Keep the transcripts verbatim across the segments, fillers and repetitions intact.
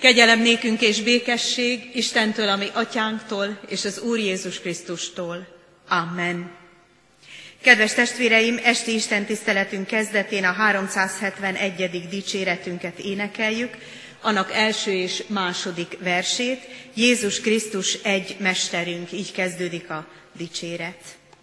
Kegyelem nékünk és békesség Istentől, a mi atyánktól, és az Úr Jézus Krisztustól. Amen. Kedves testvéreim, esti istentiszteletünk kezdetén a háromszázhetvenegyedik dicséretünket énekeljük, annak első és második versét. Jézus Krisztus egy mesterünk, így kezdődik a dicséret.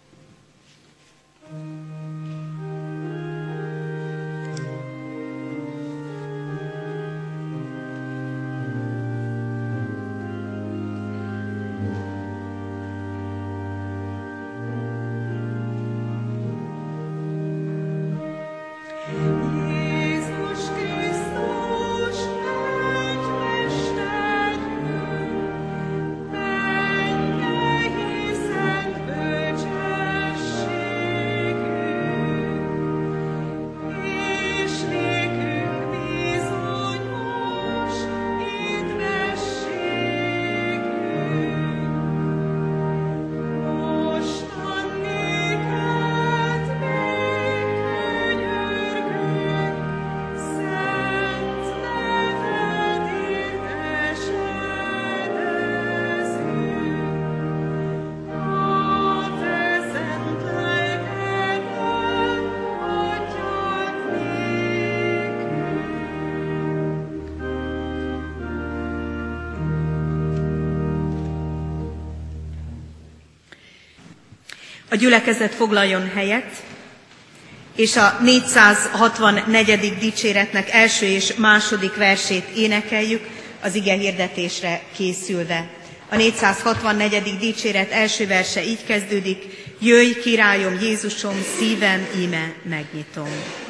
A gyülekezet foglaljon helyet, és a négyszázhatvannegyedik dicséretnek első és második versét énekeljük, az ige hirdetésre készülve. A négyszázhatvannegyedik dicséret első verse így kezdődik: Jöjj, királyom, Jézusom, szívem íme megnyitom.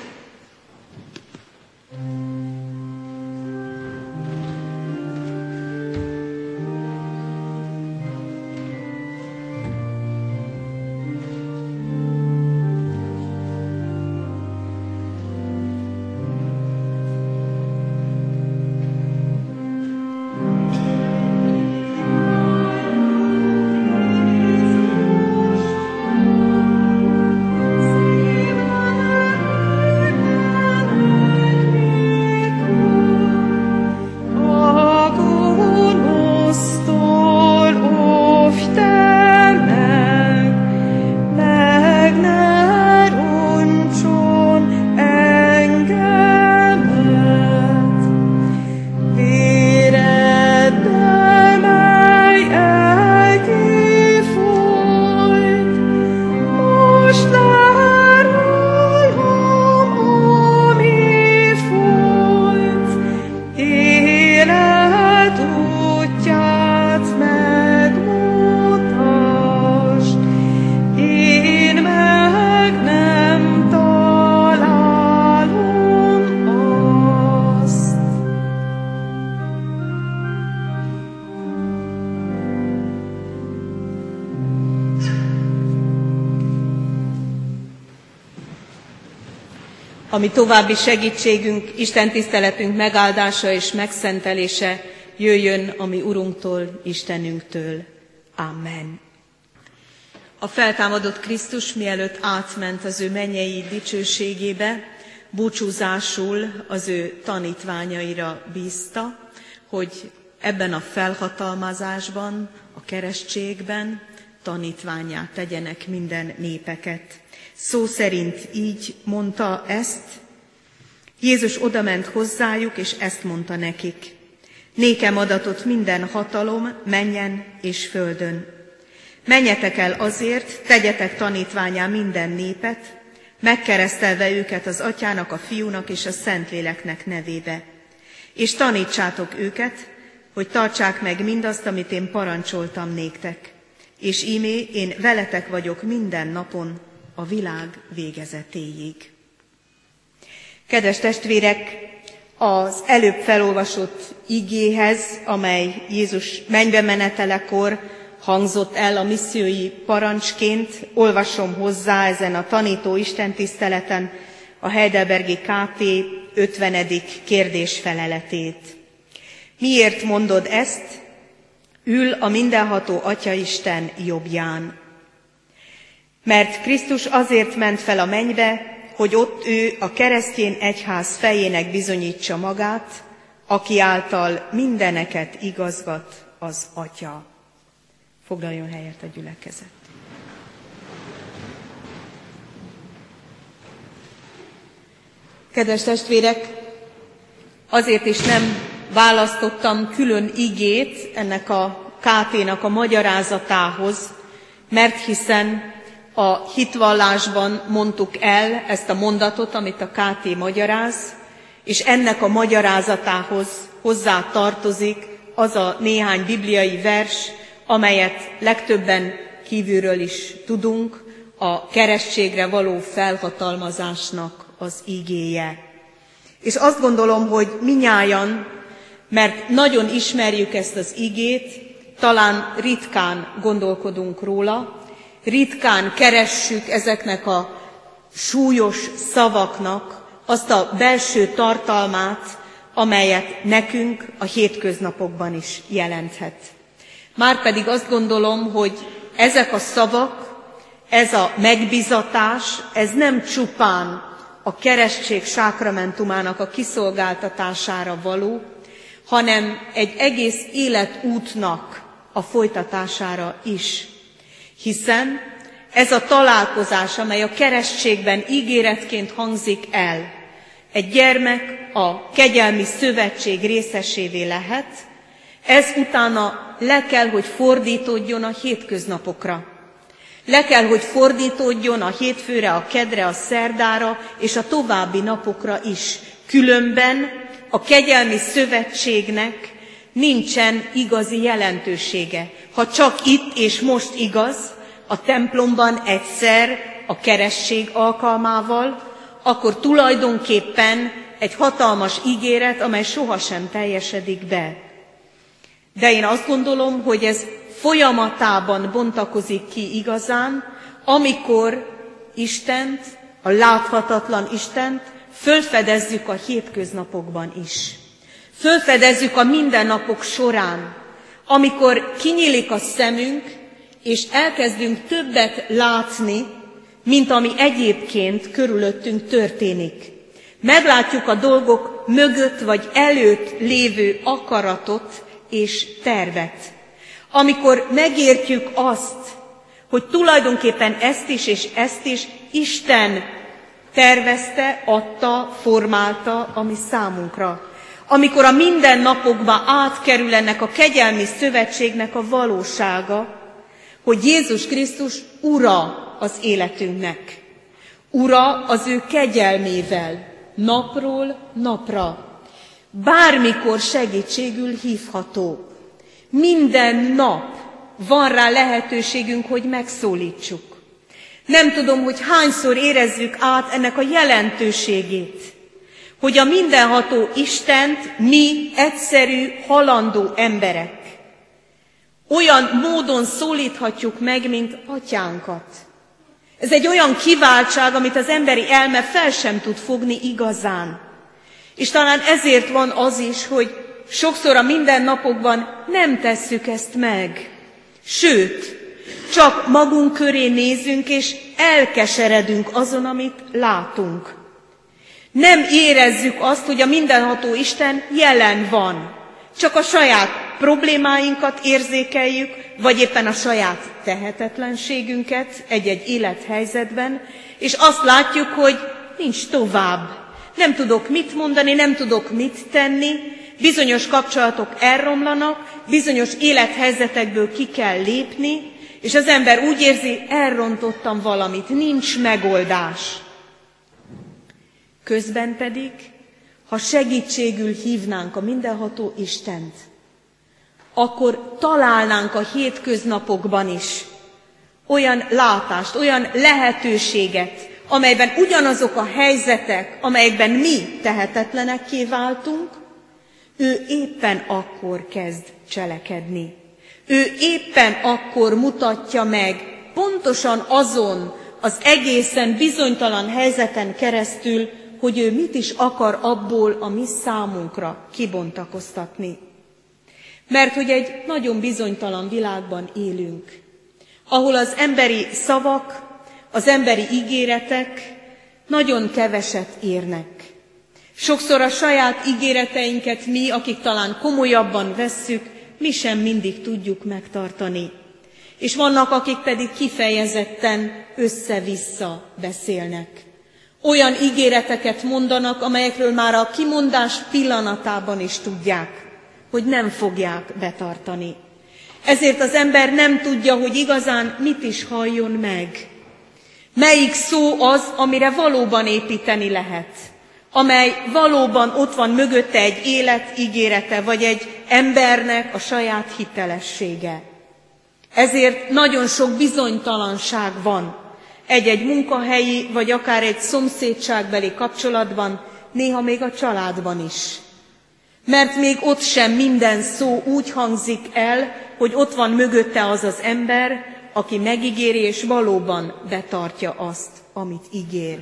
Ami további segítségünk, istentiszteletünk megáldása és megszentelése jöjjön a mi Urunktól, Istenünktől. Amen. A feltámadott Krisztus, mielőtt átment az ő mennyei dicsőségébe, búcsúzásul az ő tanítványaira bízta, hogy ebben a felhatalmazásban, a keresztségben tanítvánnyá tegyenek minden népeket. Szó szerint így mondta ezt. Jézus odament hozzájuk, és ezt mondta nekik: Nékem adatott minden hatalom mennyen és földön. Menjetek el azért, tegyetek tanítvánnyá minden népet, megkeresztelve őket az Atyának, a Fiúnak és a Szentléleknek nevébe. És tanítsátok őket, hogy tartsák meg mindazt, amit én parancsoltam néktek. És ímé én veletek vagyok minden napon, a világ végezetéig. Kedves testvérek, az előbb felolvasott igéhez, amely Jézus mennybe menetelekor hangzott el a missziói parancsként, olvasom hozzá ezen a tanító istentiszteleten a Heidelbergi ká pé ötvenedik kérdésfeleletét. Miért mondod ezt? Ül a mindenható Atyaisten jobbján. Mert Krisztus azért ment fel a mennybe, hogy ott ő a keresztény egyház fejének bizonyítsa magát, aki által mindeneket igazgat az Atya. Foglaljon helyet a gyülekezet. Kedves testvérek, azért is nem választottam külön igét ennek a ká té-nak a magyarázatához, mert hiszen a hitvallásban mondtuk el ezt a mondatot, amit a ká té magyaráz, és ennek a magyarázatához hozzá tartozik az a néhány bibliai vers, amelyet legtöbben kívülről is tudunk, a keresztségre való felhatalmazásnak az igéje. És azt gondolom, hogy minnyájan, mert nagyon ismerjük ezt az igét, talán ritkán gondolkodunk róla, ritkán keressük ezeknek a súlyos szavaknak azt a belső tartalmát, amelyet nekünk a hétköznapokban is jelenthet. Márpedig azt gondolom, hogy ezek a szavak, ez a megbizatás, ez nem csupán a keresztség sákramentumának a kiszolgáltatására való, hanem egy egész életútnak a folytatására is. Hiszen ez a találkozás, amely a keresztségben ígéretként hangzik el, egy gyermek a kegyelmi szövetség részesévé lehet, ez utána le kell, hogy fordítódjon a hétköznapokra. Le kell, hogy fordítódjon a hétfőre, a kedre, a szerdára és a további napokra is. Különben a kegyelmi szövetségnek nincsen igazi jelentősége. Ha csak itt és most igaz, a templomban egyszer a keresztség alkalmával, akkor tulajdonképpen egy hatalmas ígéret, amely sohasem teljesedik be. De én azt gondolom, hogy ez folyamatában bontakozik ki igazán, amikor Istent, a láthatatlan Istent fölfedezzük a hétköznapokban is. Fölfedezzük a mindennapok során, amikor kinyílik a szemünk, és elkezdünk többet látni, mint ami egyébként körülöttünk történik. Meglátjuk a dolgok mögött vagy előtt lévő akaratot és tervet. Amikor megértjük azt, hogy tulajdonképpen ezt is és ezt is Isten tervezte, adta, formálta a mi számunkra. Amikor a mindennapokba átkerül ennek a kegyelmi szövetségnek a valósága, hogy Jézus Krisztus ura az életünknek. Ura az ő kegyelmével, napról napra. Bármikor segítségül hívható. Minden nap van rá lehetőségünk, hogy megszólítsuk. Nem tudom, hogy hányszor érezzük át ennek a jelentőségét, hogy a mindenható Istent mi egyszerű, halandó emberek olyan módon szólíthatjuk meg, mint atyánkat. Ez egy olyan kiváltság, amit az emberi elme fel sem tud fogni igazán. És talán ezért van az is, hogy sokszor a mindennapokban nem tesszük ezt meg. Sőt, csak magunk köré nézünk, és elkeseredünk azon, amit látunk. Nem érezzük azt, hogy a mindenható Isten jelen van. Csak a saját problémáinkat érzékeljük, vagy éppen a saját tehetetlenségünket egy-egy élethelyzetben, és azt látjuk, hogy nincs tovább. Nem tudok mit mondani, nem tudok mit tenni, bizonyos kapcsolatok elromlanak, bizonyos élethelyzetekből ki kell lépni, és az ember úgy érzi, elrontottam valamit, nincs megoldás. Közben pedig, ha segítségül hívnánk a mindenható Istent, akkor találnánk a hétköznapokban is olyan látást, olyan lehetőséget, amelyben ugyanazok a helyzetek, amelyekben mi tehetetlenekké váltunk, ő éppen akkor kezd cselekedni. Ő éppen akkor mutatja meg, pontosan azon az egészen bizonytalan helyzeten keresztül, hogy ő mit is akar abból a mi számunkra kibontakoztatni. Mert hogy egy nagyon bizonytalan világban élünk, ahol az emberi szavak, az emberi ígéretek nagyon keveset érnek. Sokszor a saját ígéreteinket mi, akik talán komolyabban vesszük, mi sem mindig tudjuk megtartani. És vannak, akik pedig kifejezetten össze-vissza beszélnek. Olyan ígéreteket mondanak, amelyekről már a kimondás pillanatában is tudják, hogy nem fogják betartani. Ezért az ember nem tudja, hogy igazán mit is halljon meg. Melyik szó az, amire valóban építeni lehet, amely valóban ott van mögötte egy élet ígérete, vagy egy embernek a saját hitelessége. Ezért nagyon sok bizonytalanság van egy-egy munkahelyi, vagy akár egy szomszédságbeli kapcsolatban, néha még a családban is. Mert még ott sem minden szó úgy hangzik el, hogy ott van mögötte az az ember, aki megígéri és valóban betartja azt, amit ígér.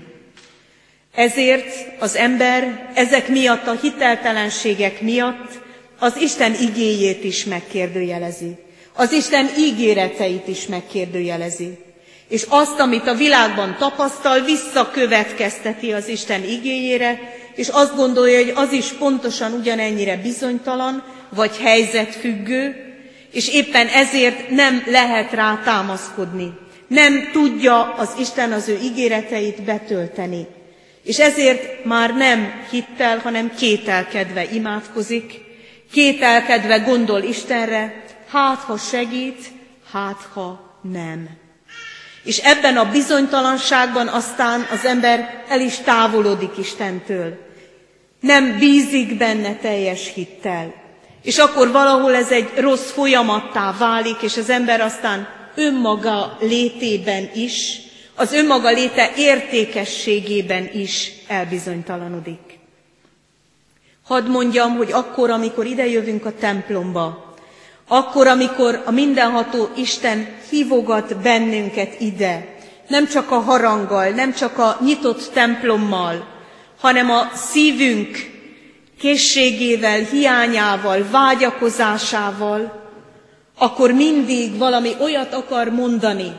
Ezért az ember ezek miatt, a hiteltelenségek miatt az Isten igéjét is megkérdőjelezi. Az Isten ígéreteit is megkérdőjelezi. És azt, amit a világban tapasztal, visszakövetkezteti az Isten igéjére, és azt gondolja, hogy az is pontosan ugyanennyire bizonytalan, vagy helyzetfüggő, és éppen ezért nem lehet rá támaszkodni. Nem tudja az Isten az ő ígéreteit betölteni. És ezért már nem hittel, hanem kételkedve imádkozik, kételkedve gondol Istenre, hát ha segít, hát ha nem. És ebben a bizonytalanságban aztán az ember el is távolodik Istentől. Nem bízik benne teljes hittel. És akkor valahol ez egy rossz folyamattá válik, és az ember aztán önmaga létében is, az önmaga léte értékességében is elbizonytalanodik. Hadd mondjam, hogy akkor, amikor idejövünk a templomba, akkor, amikor a mindenható Isten hívogat bennünket ide, nem csak a haranggal, nem csak a nyitott templommal, hanem a szívünk készségével, hiányával, vágyakozásával, akkor mindig valami olyat akar mondani,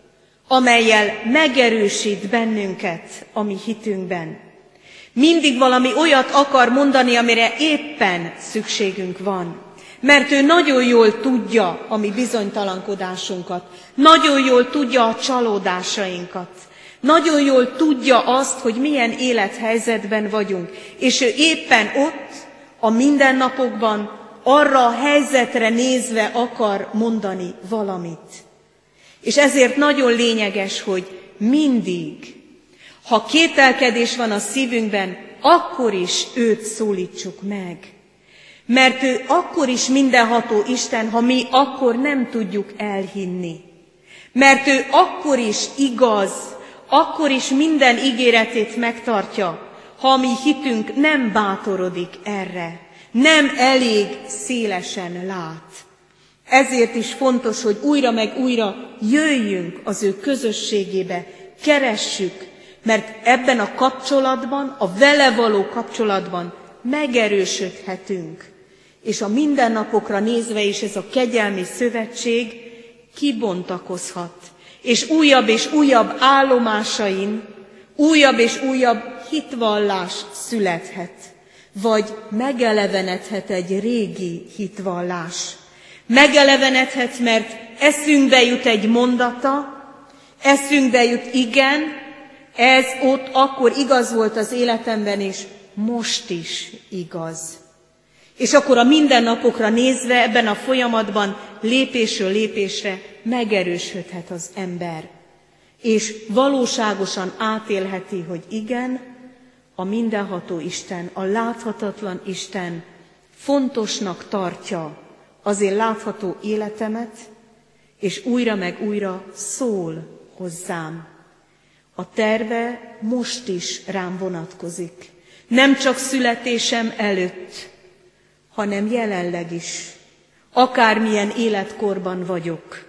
amellyel megerősít bennünket a mi hitünkben. Mindig valami olyat akar mondani, amire éppen szükségünk van. Mert ő nagyon jól tudja a mi bizonytalankodásunkat, nagyon jól tudja a csalódásainkat, nagyon jól tudja azt, hogy milyen élethelyzetben vagyunk, és ő éppen ott, a mindennapokban arra a helyzetre nézve akar mondani valamit. És ezért nagyon lényeges, hogy mindig, ha kételkedés van a szívünkben, akkor is őt szólítsuk meg. Mert ő akkor is mindenható Isten, ha mi akkor nem tudjuk elhinni. Mert ő akkor is igaz, akkor is minden ígéretét megtartja, ha a mi hitünk nem bátorodik erre, nem elég szélesen lát. Ezért is fontos, hogy újra meg újra jöjjünk az ő közösségébe, keressük, mert ebben a kapcsolatban, a vele való kapcsolatban megerősödhetünk. És a mindennapokra nézve is ez a kegyelmi szövetség kibontakozhat, és újabb és újabb állomásain újabb és újabb hitvallás születhet, vagy megelevenedhet egy régi hitvallás. Megelevenedhet, mert eszünkbe jut egy mondata, eszünkbe jut igen, ez ott akkor igaz volt az életemben, és most is igaz. És akkor a mindennapokra nézve ebben a folyamatban lépésről lépésre megerősödhet az ember. És valóságosan átélheti, hogy igen, a mindenható Isten, a láthatatlan Isten fontosnak tartja az én látható életemet, és újra meg újra szól hozzám. A terve most is rám vonatkozik. Nem csak születésem előtt, hanem jelenleg is, akármilyen életkorban vagyok.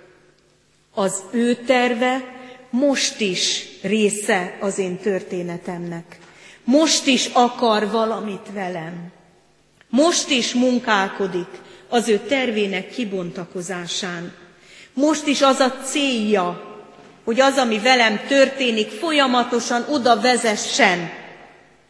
Az ő terve most is része az én történetemnek. Most is akar valamit velem. Most is munkálkodik az ő tervének kibontakozásán. Most is az a célja, hogy az, ami velem történik, folyamatosan oda vezessen,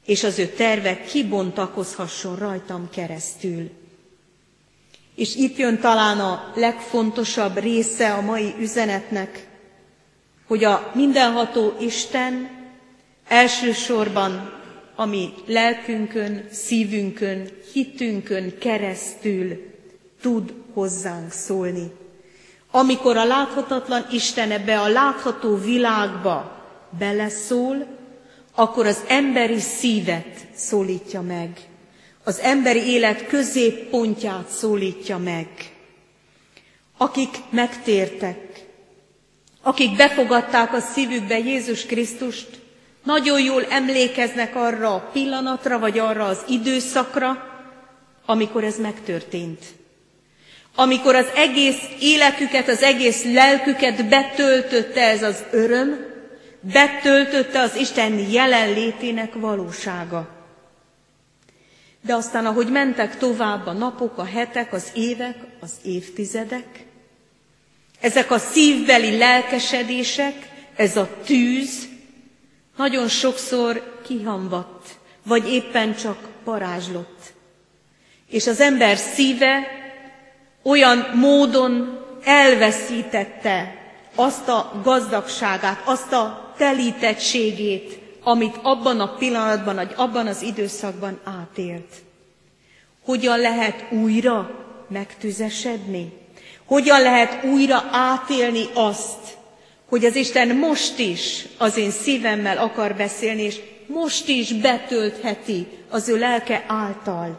és az ő terve kibontakozhasson rajtam keresztül. És itt jön talán a legfontosabb része a mai üzenetnek, hogy a mindenható Isten elsősorban a mi lelkünkön, szívünkön, hitünkön keresztül tud hozzánk szólni. Amikor a láthatatlan Isten ebbe a látható világba beleszól, akkor az emberi szívet szólítja meg. Az emberi élet középpontját szólítja meg. Akik megtértek, akik befogadták a szívükbe Jézus Krisztust, nagyon jól emlékeznek arra a pillanatra, vagy arra az időszakra, amikor ez megtörtént. Amikor az egész életüket, az egész lelküket betöltötte ez az öröm, betöltötte az Isten jelenlétének valósága. De aztán, ahogy mentek tovább a napok, a hetek, az évek, az évtizedek, ezek a szívbeli lelkesedések, ez a tűz nagyon sokszor kihamvadt, vagy éppen csak parázslott. És az ember szíve olyan módon elveszítette azt a gazdagságát, azt a telítettségét, amit abban a pillanatban, vagy abban az időszakban átélt. Hogyan lehet újra megtüzesedni? Hogyan lehet újra átélni azt, hogy az Isten most is az én szívemmel akar beszélni, és most is betöltheti az ő lelke által.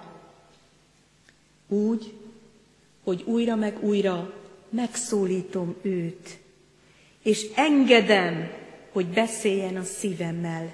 Úgy, hogy újra meg újra megszólítom őt, és engedem, hogy beszéljen a szívemmel.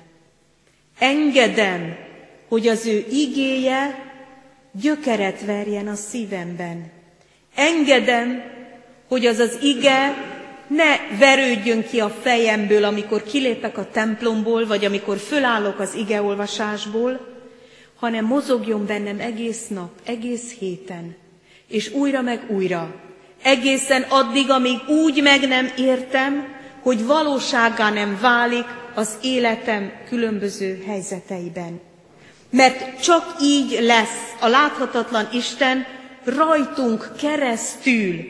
Engedem, hogy az ő igéje gyökeret verjen a szívemben. Engedem, hogy az az ige ne verődjön ki a fejemből, amikor kilépek a templomból, vagy amikor fölállok az igeolvasásból, hanem mozogjon bennem egész nap, egész héten, és újra meg újra, egészen addig, amíg úgy meg nem értem, hogy valósággá nem válik az életem különböző helyzeteiben. Mert csak így lesz a láthatatlan Isten rajtunk keresztül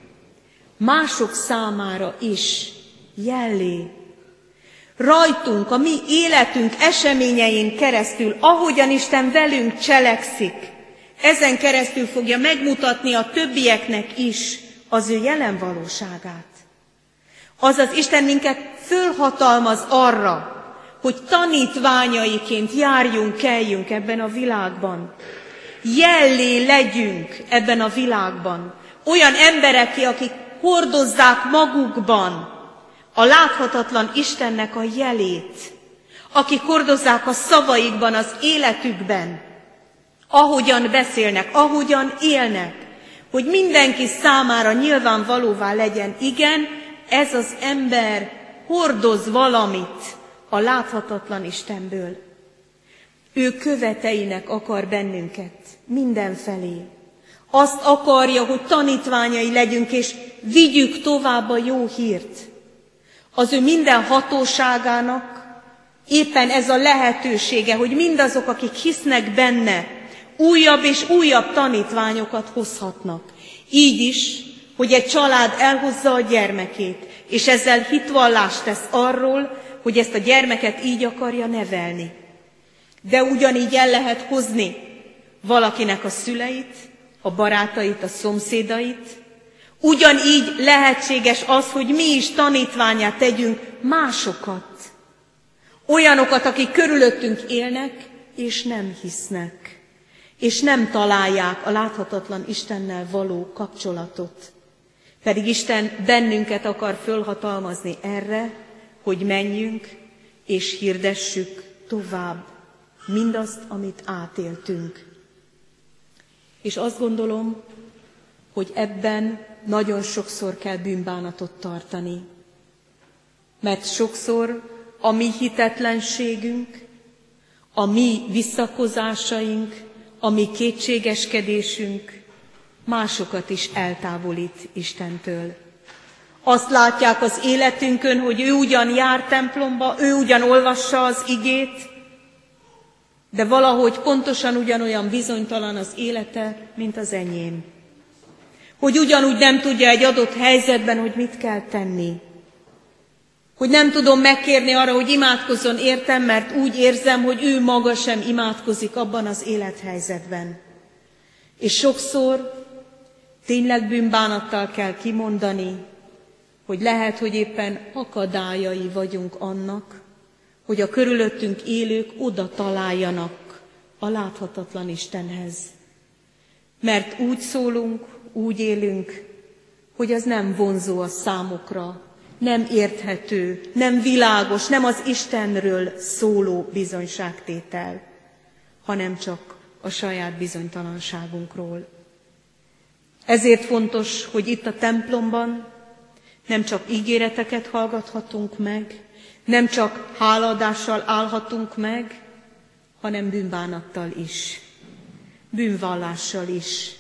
mások számára is jellé. Rajtunk, a mi életünk eseményein keresztül, ahogyan Isten velünk cselekszik, ezen keresztül fogja megmutatni a többieknek is az ő jelen valóságát. Azaz Isten minket fölhatalmaz arra, hogy tanítványaiként járjunk, kelljünk ebben a világban. Jellé legyünk ebben a világban. Olyan embereké, akik hordozzák magukban a láthatatlan Istennek a jelét, akik hordozzák a szavaikban, az életükben, ahogyan beszélnek, ahogyan élnek, hogy mindenki számára nyilvánvalóvá legyen, igen, ez az ember hordoz valamit a láthatatlan Istenből. Ő követeinek akar bennünket mindenfelé. Azt akarja, hogy tanítványai legyünk, és vigyük tovább a jó hírt. Az ő minden hatóságának éppen ez a lehetősége, hogy mindazok, akik hisznek benne, újabb és újabb tanítványokat hozhatnak. Így is, hogy egy család elhozza a gyermekét, és ezzel hitvallást tesz arról, hogy ezt a gyermeket így akarja nevelni. De ugyanígy el lehet hozni valakinek a szüleit, a barátait, a szomszédait. Ugyanígy lehetséges az, hogy mi is tanítvánnyá tegyünk másokat. Olyanokat, akik körülöttünk élnek, és nem hisznek, és nem találják a láthatatlan Istennel való kapcsolatot. Pedig Isten bennünket akar fölhatalmazni erre, hogy menjünk és hirdessük tovább mindazt, amit átéltünk. És azt gondolom, hogy ebben nagyon sokszor kell bűnbánatot tartani. Mert sokszor a mi hitetlenségünk, a mi visszakozásaink, a mi kétségeskedésünk másokat is eltávolít Istentől. Azt látják az életünkön, hogy ő ugyan jár templomba, ő ugyan olvassa az igét, de valahogy pontosan ugyanolyan bizonytalan az élete, mint az enyém. Hogy ugyanúgy nem tudja egy adott helyzetben, hogy mit kell tenni. Hogy nem tudom megkérni arra, hogy imádkozzon értem, mert úgy érzem, hogy ő maga sem imádkozik abban az élethelyzetben. És sokszor tényleg bűnbánattal kell kimondani, hogy lehet, hogy éppen akadályai vagyunk annak, hogy a körülöttünk élők oda találjanak a láthatatlan Istenhez. Mert úgy szólunk, úgy élünk, hogy az nem vonzó a számukra, nem érthető, nem világos, nem az Istenről szóló bizonyságtétel, hanem csak a saját bizonytalanságunkról. Ezért fontos, hogy itt a templomban nem csak ígéreteket hallgathatunk meg, nem csak hálaadással állhatunk meg, hanem bűnbánattal is, bűnvallással is.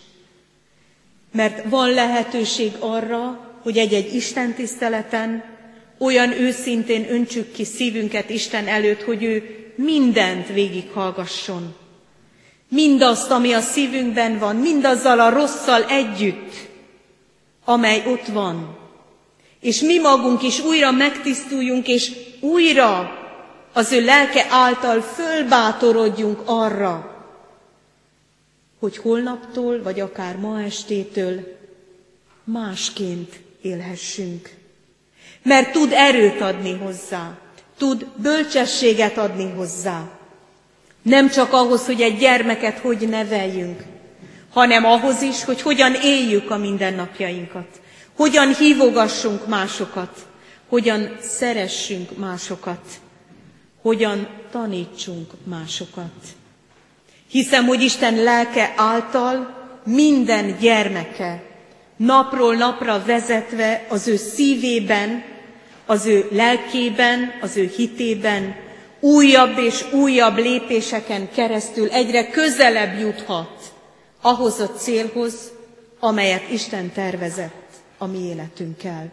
Mert van lehetőség arra, hogy egy-egy istentiszteleten olyan őszintén öntsük ki szívünket Isten előtt, hogy ő mindent végighallgasson. Mindazt, ami a szívünkben van, mindazzal a rosszal együtt, amely ott van. És mi magunk is újra megtisztuljunk, és újra az ő lelke által fölbátorodjunk arra, hogy holnaptól, vagy akár ma estétől másként élhessünk. Mert tud erőt adni hozzá, tud bölcsességet adni hozzá. Nem csak ahhoz, hogy egy gyermeket hogy neveljünk, hanem ahhoz is, hogy hogyan éljük a mindennapjainkat, hogyan hívogassunk másokat, hogyan szeressünk másokat, hogyan tanítsunk másokat. Hiszem, hogy Isten lelke által minden gyermeke napról napra vezetve az ő szívében, az ő lelkében, az ő hitében újabb és újabb lépéseken keresztül egyre közelebb juthat ahhoz a célhoz, amelyet Isten tervezett a mi életünkkel.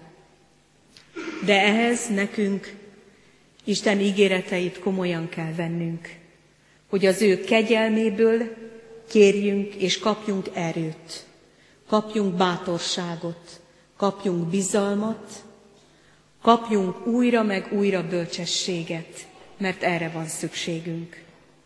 De ehhez nekünk Isten ígéreteit komolyan kell vennünk, hogy az ő kegyelméből kérjünk és kapjunk erőt, kapjunk bátorságot, kapjunk bizalmat, kapjunk újra meg újra bölcsességet, mert erre van szükségünk.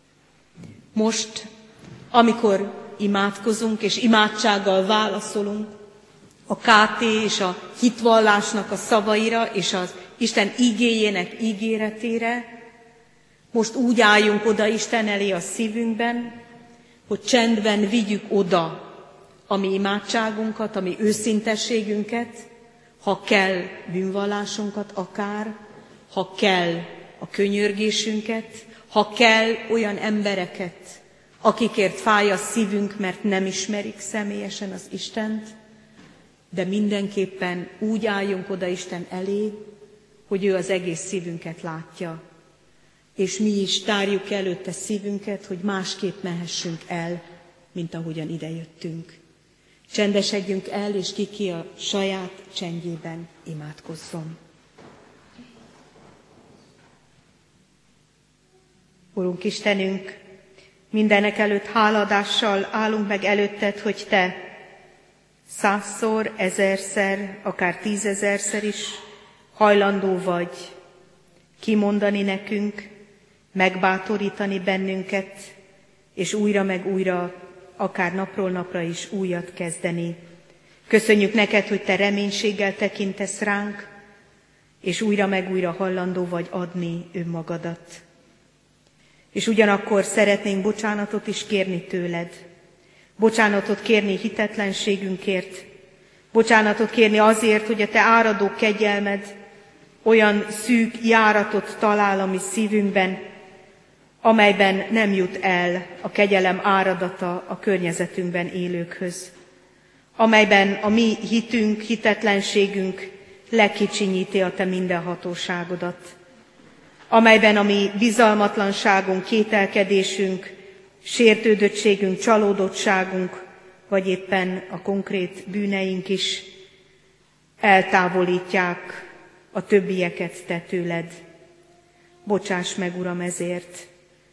Most, amikor imádkozunk és imádsággal válaszolunk a ká té és a hitvallásnak a szavaira és az Isten igéjének ígéretére, most úgy álljunk oda Isten elé a szívünkben, hogy csendben vigyük oda a mi imádságunkat, a mi őszintességünket, ha kell bűnvallásunkat akár, ha kell a könyörgésünket, ha kell olyan embereket, akikért fáj a szívünk, mert nem ismerik személyesen az Istent, de mindenképpen úgy álljunk oda Isten elé, hogy ő az egész szívünket látja, és mi is tárjuk előtte szívünket, hogy másképp mehessünk el, mint ahogyan idejöttünk. Csendesedjünk el, és ki ki a saját csendjében imádkozzon. Urunk Istenünk, mindenek előtt háladással állunk meg előtted, hogy Te százszor, ezerszer, akár tízezerszer is hajlandó vagy kimondani nekünk, megbátorítani bennünket, és újra meg újra, akár napról napra is újat kezdeni. Köszönjük neked, hogy Te reménységgel tekintesz ránk, és újra meg újra hajlandó vagy adni önmagadat. És ugyanakkor szeretnénk bocsánatot is kérni tőled. Bocsánatot kérni hitetlenségünkért, bocsánatot kérni azért, hogy a Te áradó kegyelmed olyan szűk járatot talál a mi szívünkben, amelyben nem jut el a kegyelem áradata a környezetünkben élőkhöz, amelyben a mi hitünk, hitetlenségünk lekicsinyíti a Te mindenhatóságodat, amelyben a mi bizalmatlanságunk, kételkedésünk, sértődöttségünk, csalódottságunk, vagy éppen a konkrét bűneink is eltávolítják a többieket Te tőled. Bocsáss meg, Uram, ezért.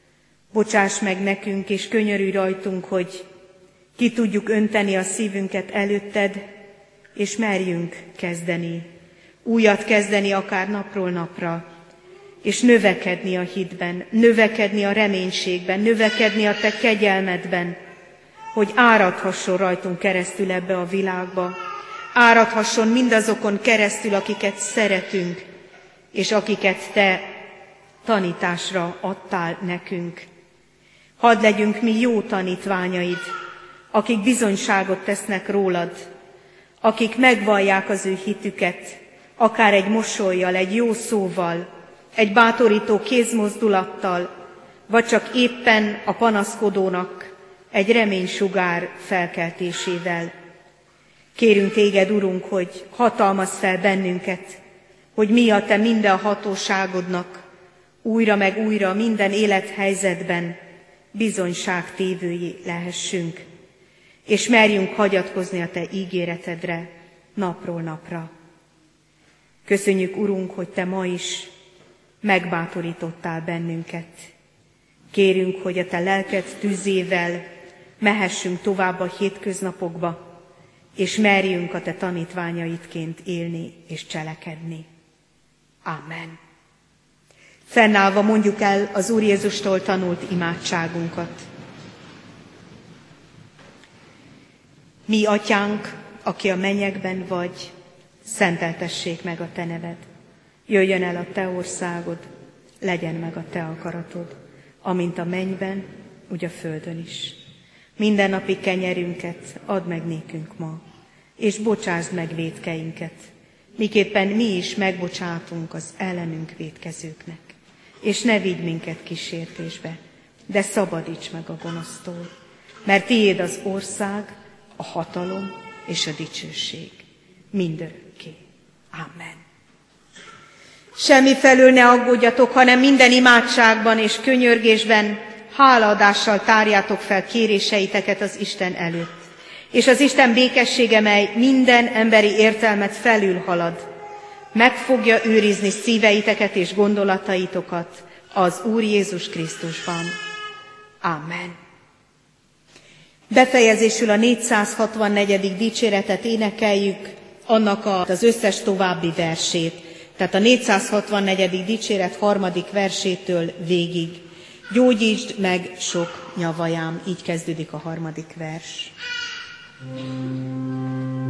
Bocsáss meg nekünk, és könyörülj rajtunk, hogy ki tudjuk önteni a szívünket előtted, és merjünk kezdeni, újat kezdeni akár napról napra, és növekedni a hitben, növekedni a reménységben, növekedni a te kegyelmedben, hogy áradhasson rajtunk keresztül ebbe a világba, áradhasson mindazokon keresztül, akiket szeretünk, és akiket te tanításra adtál nekünk. Hadd legyünk mi jó tanítványaid, akik bizonyságot tesznek rólad, akik megvallják az ő hitüket, akár egy mosollyal, egy jó szóval, egy bátorító kézmozdulattal, vagy csak éppen a panaszkodónak egy reménysugár felkeltésével. Kérünk téged, Urunk, hogy hatalmazz fel bennünket, hogy mi a te minden hatóságodnak újra meg újra minden élethelyzetben bizonyságtévői lehessünk, és merjünk hagyatkozni a te ígéretedre napról napra. Köszönjük, Urunk, hogy te ma is megbátorítottál bennünket. Kérünk, hogy a te lelked tüzével mehessünk tovább a hétköznapokba, és merjünk a te tanítványaidként élni és cselekedni. Amen. Fennállva mondjuk el az Úr Jézustól tanult imádságunkat. Mi, Atyánk, aki a mennyekben vagy, szenteltessék meg a te neved. Jöjjön el a te országod, legyen meg a te akaratod, amint a mennyben, úgy a földön is. Mindennapi kenyerünket add meg nékünk ma, és bocsásd meg vétkeinket, miképpen mi is megbocsátunk az ellenünk vétkezőknek. És ne vigy minket kísértésbe, de szabadíts meg a gonosztól, mert tiéd az ország, a hatalom és a dicsőség mindörökké. Amen. Semmi felől ne aggódjatok, hanem minden imádságban és könyörgésben hálaadással tárjátok fel kéréseiteket az Isten előtt. És az Isten békessége, mely minden emberi értelmet felülhalad, meg fogja őrizni szíveiteket és gondolataitokat az Úr Jézus Krisztusban. Amen. Befejezésül a négyszázhatvannegyedik dicséretet énekeljük, annak az összes további versét. Tehát a négyszázhatvannegyedik dicséret harmadik versétől végig. Gyógyítsd meg sok nyavajám, így kezdődik a harmadik vers.